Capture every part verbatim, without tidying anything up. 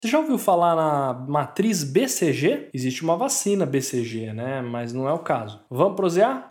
Você já ouviu falar na matriz B C G? Existe uma vacina B C G, né? Mas não é o caso. Vamos prosear?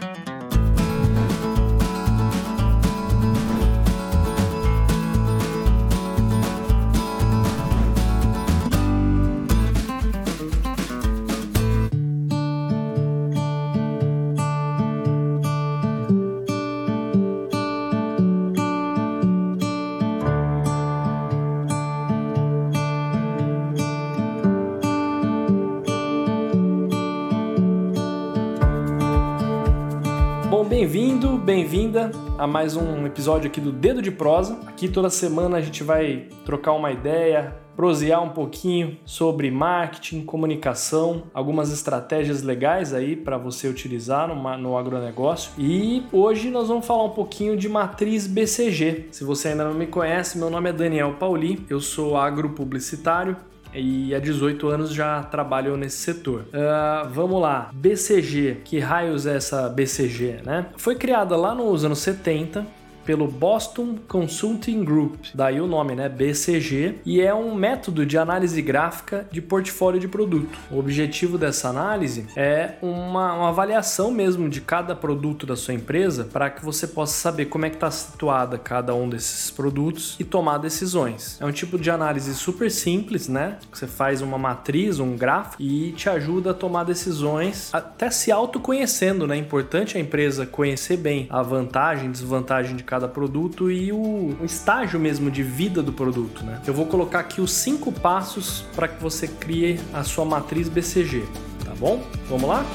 Bom, bem-vindo, bem-vinda a mais um episódio aqui do Dedo de Prosa. Aqui toda semana a gente vai trocar uma ideia, prosear um pouquinho sobre marketing, comunicação, algumas estratégias legais aí para você utilizar no, no agronegócio. E hoje nós vamos falar um pouquinho de matriz B C G. Se você ainda não me conhece, meu nome é Daniel Pauli, eu sou agropublicitário e há dezoito anos já trabalho nesse setor. Uh, vamos lá, B C G, que raios é essa B C G, né? Foi criada lá nos anos setenta pelo Boston Consulting Group, daí o nome, né, B C G, e é um método de análise gráfica de portfólio de produto. O objetivo dessa análise é uma, uma avaliação mesmo de cada produto da sua empresa para que você possa saber como é que está situada cada um desses produtos e tomar decisões. É um tipo de análise super simples, né? Você faz uma matriz, um gráfico e te ajuda a tomar decisões, até se autoconhecendo, né? É importante a empresa conhecer bem a vantagem, desvantagem de cada cada produto e o, o estágio mesmo de vida do produto, né? Eu vou colocar aqui os cinco passos para que você crie a sua matriz B C G, tá bom? Vamos lá?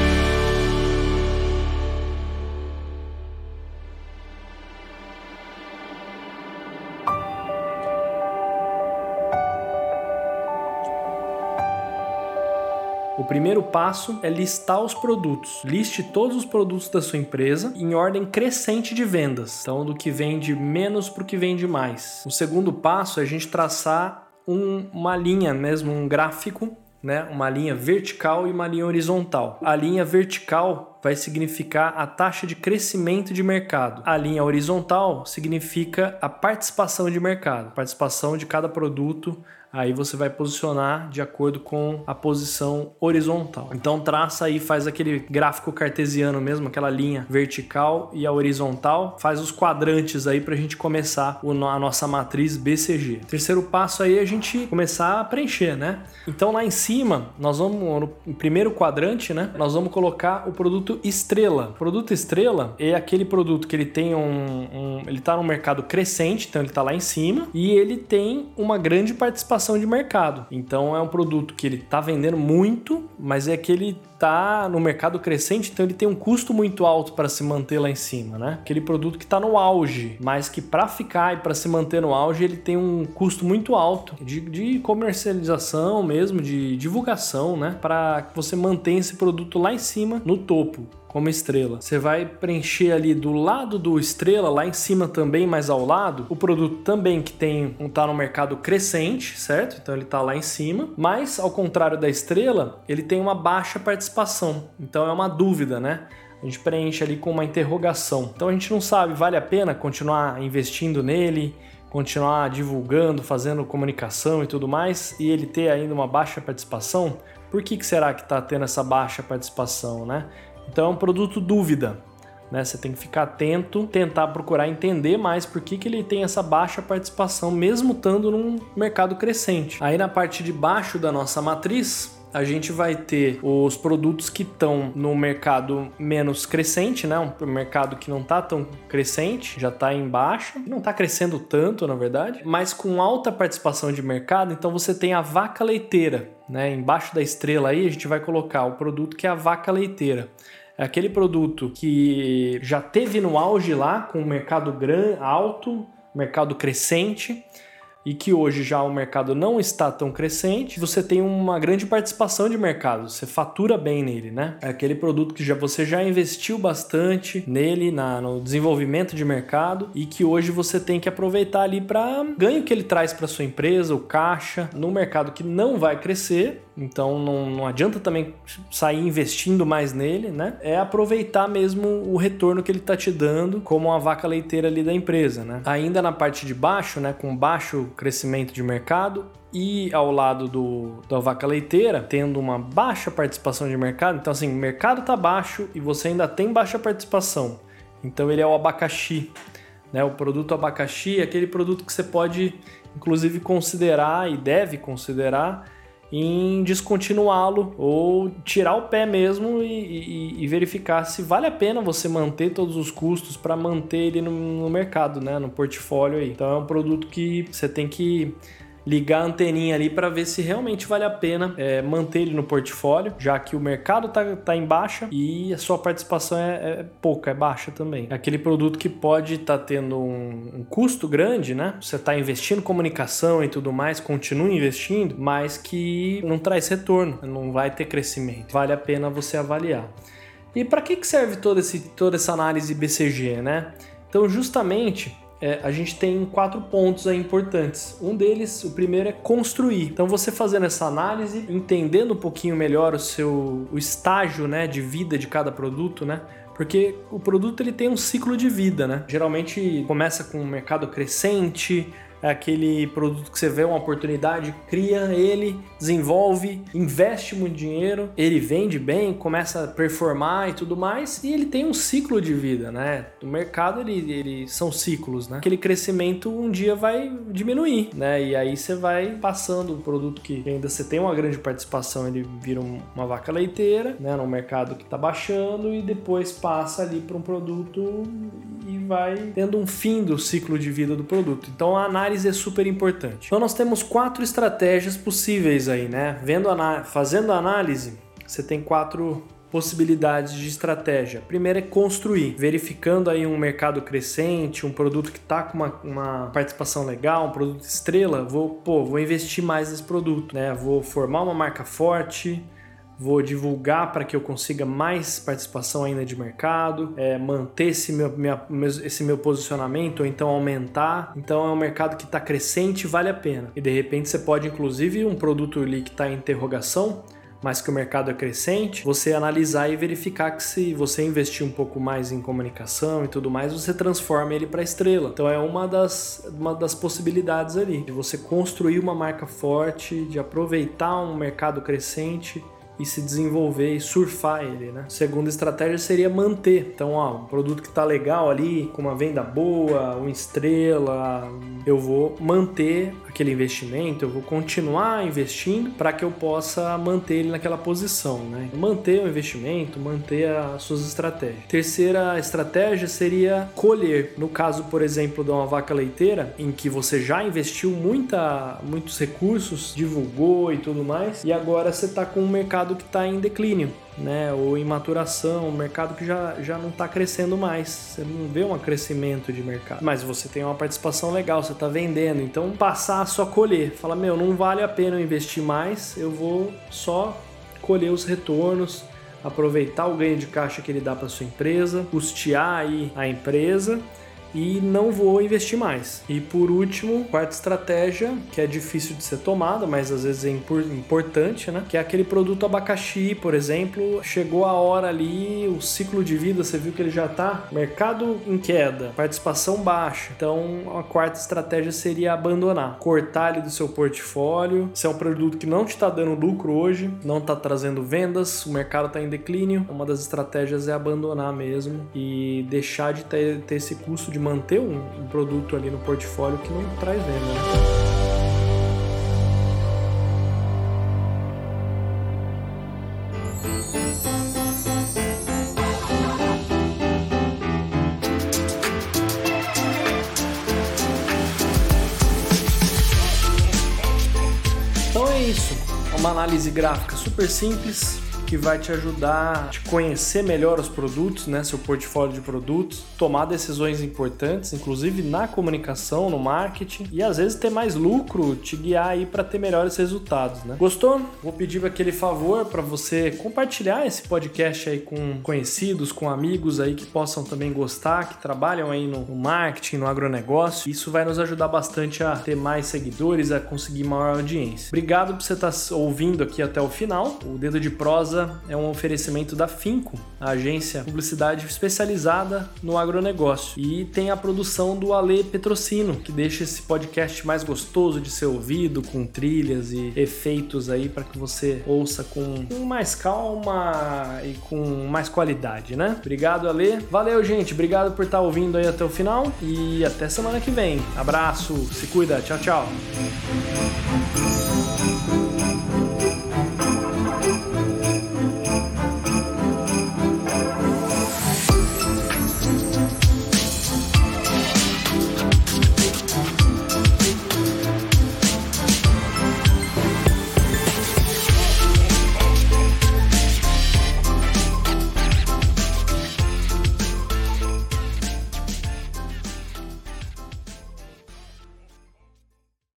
O primeiro passo é listar os produtos. Liste todos os produtos da sua empresa em ordem crescente de vendas. Então, do que vende menos para o que vende mais. O segundo passo é a gente traçar um, uma linha mesmo, um gráfico, né? Uma linha vertical e uma linha horizontal. A linha vertical vai significar a taxa de crescimento de mercado. A linha horizontal significa a participação de mercado, a participação de cada produto. Aí você vai posicionar de acordo com a posição horizontal. Então traça aí, faz aquele gráfico cartesiano mesmo, aquela linha vertical e a horizontal. Faz os quadrantes aí pra gente começar a nossa matriz B C G. Terceiro passo aí é a gente começar a preencher, né? Então lá em cima, nós vamos, no primeiro quadrante, né? Nós vamos colocar o produto estrela. O produto estrela é aquele produto que ele tem um... um ele tá no mercado crescente, então ele tá lá em cima. E ele tem uma grande participação de mercado. Então é um produto que ele está vendendo muito, mas é que ele está no mercado crescente, então ele tem um custo muito alto para se manter lá em cima, né? Aquele produto que está no auge, mas que para ficar e para se manter no auge ele tem um custo muito alto de, de comercialização mesmo, de divulgação, né? Para que você mantenha esse produto lá em cima, no topo, como estrela. Você vai preencher ali do lado do estrela, lá em cima também, mais ao lado, o produto também que tem um tá no mercado crescente, certo? Então ele tá lá em cima, mas ao contrário da estrela, ele tem uma baixa participação. Então é uma dúvida, né? A gente preenche ali com uma interrogação. Então a gente não sabe, vale a pena continuar investindo nele, continuar divulgando, fazendo comunicação e tudo mais, e ele ter ainda uma baixa participação? Por que que será que tá tendo essa baixa participação, né? Então é um produto dúvida, né? Você tem que ficar atento, tentar procurar entender mais por que que ele tem essa baixa participação, mesmo estando num mercado crescente. Aí na parte de baixo da nossa matriz, a gente vai ter os produtos que estão no mercado menos crescente, né? Um mercado que não está tão crescente, já está em baixa, não está crescendo tanto, na verdade, mas com alta participação de mercado. Então você tem a vaca leiteira, né? Embaixo da estrela aí a gente vai colocar o produto que é a vaca leiteira. É aquele produto que já teve no auge lá, com o mercado grande, alto, mercado crescente, e que hoje já o mercado não está tão crescente, você tem uma grande participação de mercado, você fatura bem nele, né? É aquele produto que já, você já investiu bastante nele, na, no desenvolvimento de mercado, e que hoje você tem que aproveitar ali para ganho que ele traz para sua empresa, o caixa, no mercado que não vai crescer, então não, não adianta também sair investindo mais nele, né? É aproveitar mesmo o retorno que ele está te dando como uma vaca leiteira ali da empresa, né? Ainda na parte de baixo, né, com baixo crescimento de mercado, e ao lado do, da vaca leiteira, tendo uma baixa participação de mercado, então assim, o mercado está baixo e você ainda tem baixa participação, então ele é o abacaxi, né? O produto abacaxi é aquele produto que você pode inclusive considerar e deve considerar em descontinuá-lo ou tirar o pé mesmo e, e, e verificar se vale a pena você manter todos os custos para manter ele no, no mercado, né? No portfólio aí. Então é um produto que você tem que ligar a anteninha ali para ver se realmente vale a pena é, manter ele no portfólio, já que o mercado tá, tá em baixa e a sua participação é, é pouca, é baixa também. É aquele produto que pode estar tá tendo um, um custo grande, né? Você está investindo em comunicação e tudo mais, continue investindo, mas que não traz retorno, não vai ter crescimento. Vale a pena você avaliar. E para que, que serve todo esse, toda essa análise B C G, né? Então, justamente, É, a gente tem quatro pontos aí importantes. Um deles, o primeiro é construir. Então você fazendo essa análise, entendendo um pouquinho melhor o seu o estágio, né, de vida de cada produto, né? Porque o produto ele tem um ciclo de vida, né? Geralmente começa com um mercado crescente, é aquele produto que você vê uma oportunidade, cria ele, desenvolve, investe muito dinheiro, ele vende bem, começa a performar e tudo mais, e ele tem um ciclo de vida, né? O mercado, ele, ele são ciclos, né? Aquele crescimento um dia vai diminuir, né? E aí você vai passando o produto que ainda você tem uma grande participação, ele vira uma vaca leiteira, né? No mercado que está baixando e depois passa ali para um produto e vai tendo um fim do ciclo de vida do produto. Então a análise é super importante. Então nós temos quatro estratégias possíveis aí, né? Vendo a, fazendo a análise, você tem quatro possibilidades de estratégia. A primeira é construir, verificando aí um mercado crescente, um produto que está com uma, uma participação legal, um produto estrela, vou, pô, vou investir mais nesse produto, né? Vou formar uma marca forte, vou divulgar para que eu consiga mais participação ainda de mercado, é, manter esse meu, minha, esse meu posicionamento ou então aumentar. Então é um mercado que está crescente e vale a pena. E de repente você pode, inclusive, um produto ali que está em interrogação, mas que o mercado é crescente, você analisar e verificar que se você investir um pouco mais em comunicação e tudo mais, você transforma ele para estrela. Então é uma das, uma das possibilidades ali, de você construir uma marca forte, de aproveitar um mercado crescente e se desenvolver e surfar ele, né? Segunda estratégia seria manter. Então, ó, um produto que tá legal ali, com uma venda boa, uma estrela, eu vou manter aquele investimento, eu vou continuar investindo para que eu possa manter ele naquela posição, né? Manter o investimento, manter as suas estratégias. Terceira estratégia seria colher. No caso, por exemplo, de uma vaca leiteira, em que você já investiu muita, muitos recursos, divulgou e tudo mais, e agora você tá com um mercado que está em declínio, né? Ou em maturação, um mercado que já, já não está crescendo mais, você não vê um crescimento de mercado, mas você tem uma participação legal, você está vendendo, então passar a só colher, fala, meu, não vale a pena eu investir mais, eu vou só colher os retornos, aproveitar o ganho de caixa que ele dá para sua empresa, custear aí a empresa e não vou investir mais. E por último, quarta estratégia, que é difícil de ser tomada, mas às vezes é importante, né? Que é aquele produto abacaxi, por exemplo, chegou a hora ali, o ciclo de vida, você viu que ele já está mercado em queda, participação baixa. Então, a quarta estratégia seria abandonar, cortar ele do seu portfólio. Se é um produto que não te está dando lucro hoje, não está trazendo vendas, o mercado está em declínio, uma das estratégias é abandonar mesmo e deixar de ter, ter esse custo de manter um, um produto ali no portfólio que não traz venda, né? Então é isso, uma análise gráfica super simples que vai te ajudar a te conhecer melhor os produtos, né, seu portfólio de produtos, tomar decisões importantes, inclusive na comunicação, no marketing, e às vezes ter mais lucro, te guiar aí para ter melhores resultados, né? Gostou? Vou pedir aquele favor para você compartilhar esse podcast aí com conhecidos, com amigos aí que possam também gostar, que trabalham aí no marketing, no agronegócio. Isso vai nos ajudar bastante a ter mais seguidores, a conseguir maior audiência. Obrigado por você estar ouvindo aqui até o final. O Dedo de Prosa é um oferecimento da Finco, a agência de publicidade especializada no agronegócio. E tem a produção do Ale Petrocino, que deixa esse podcast mais gostoso de ser ouvido, com trilhas e efeitos aí para que você ouça com, com mais calma e com mais qualidade, né? Obrigado, Ale. Valeu, gente. Obrigado por estar ouvindo aí até o final e até semana que vem. Abraço, se cuida. Tchau, tchau.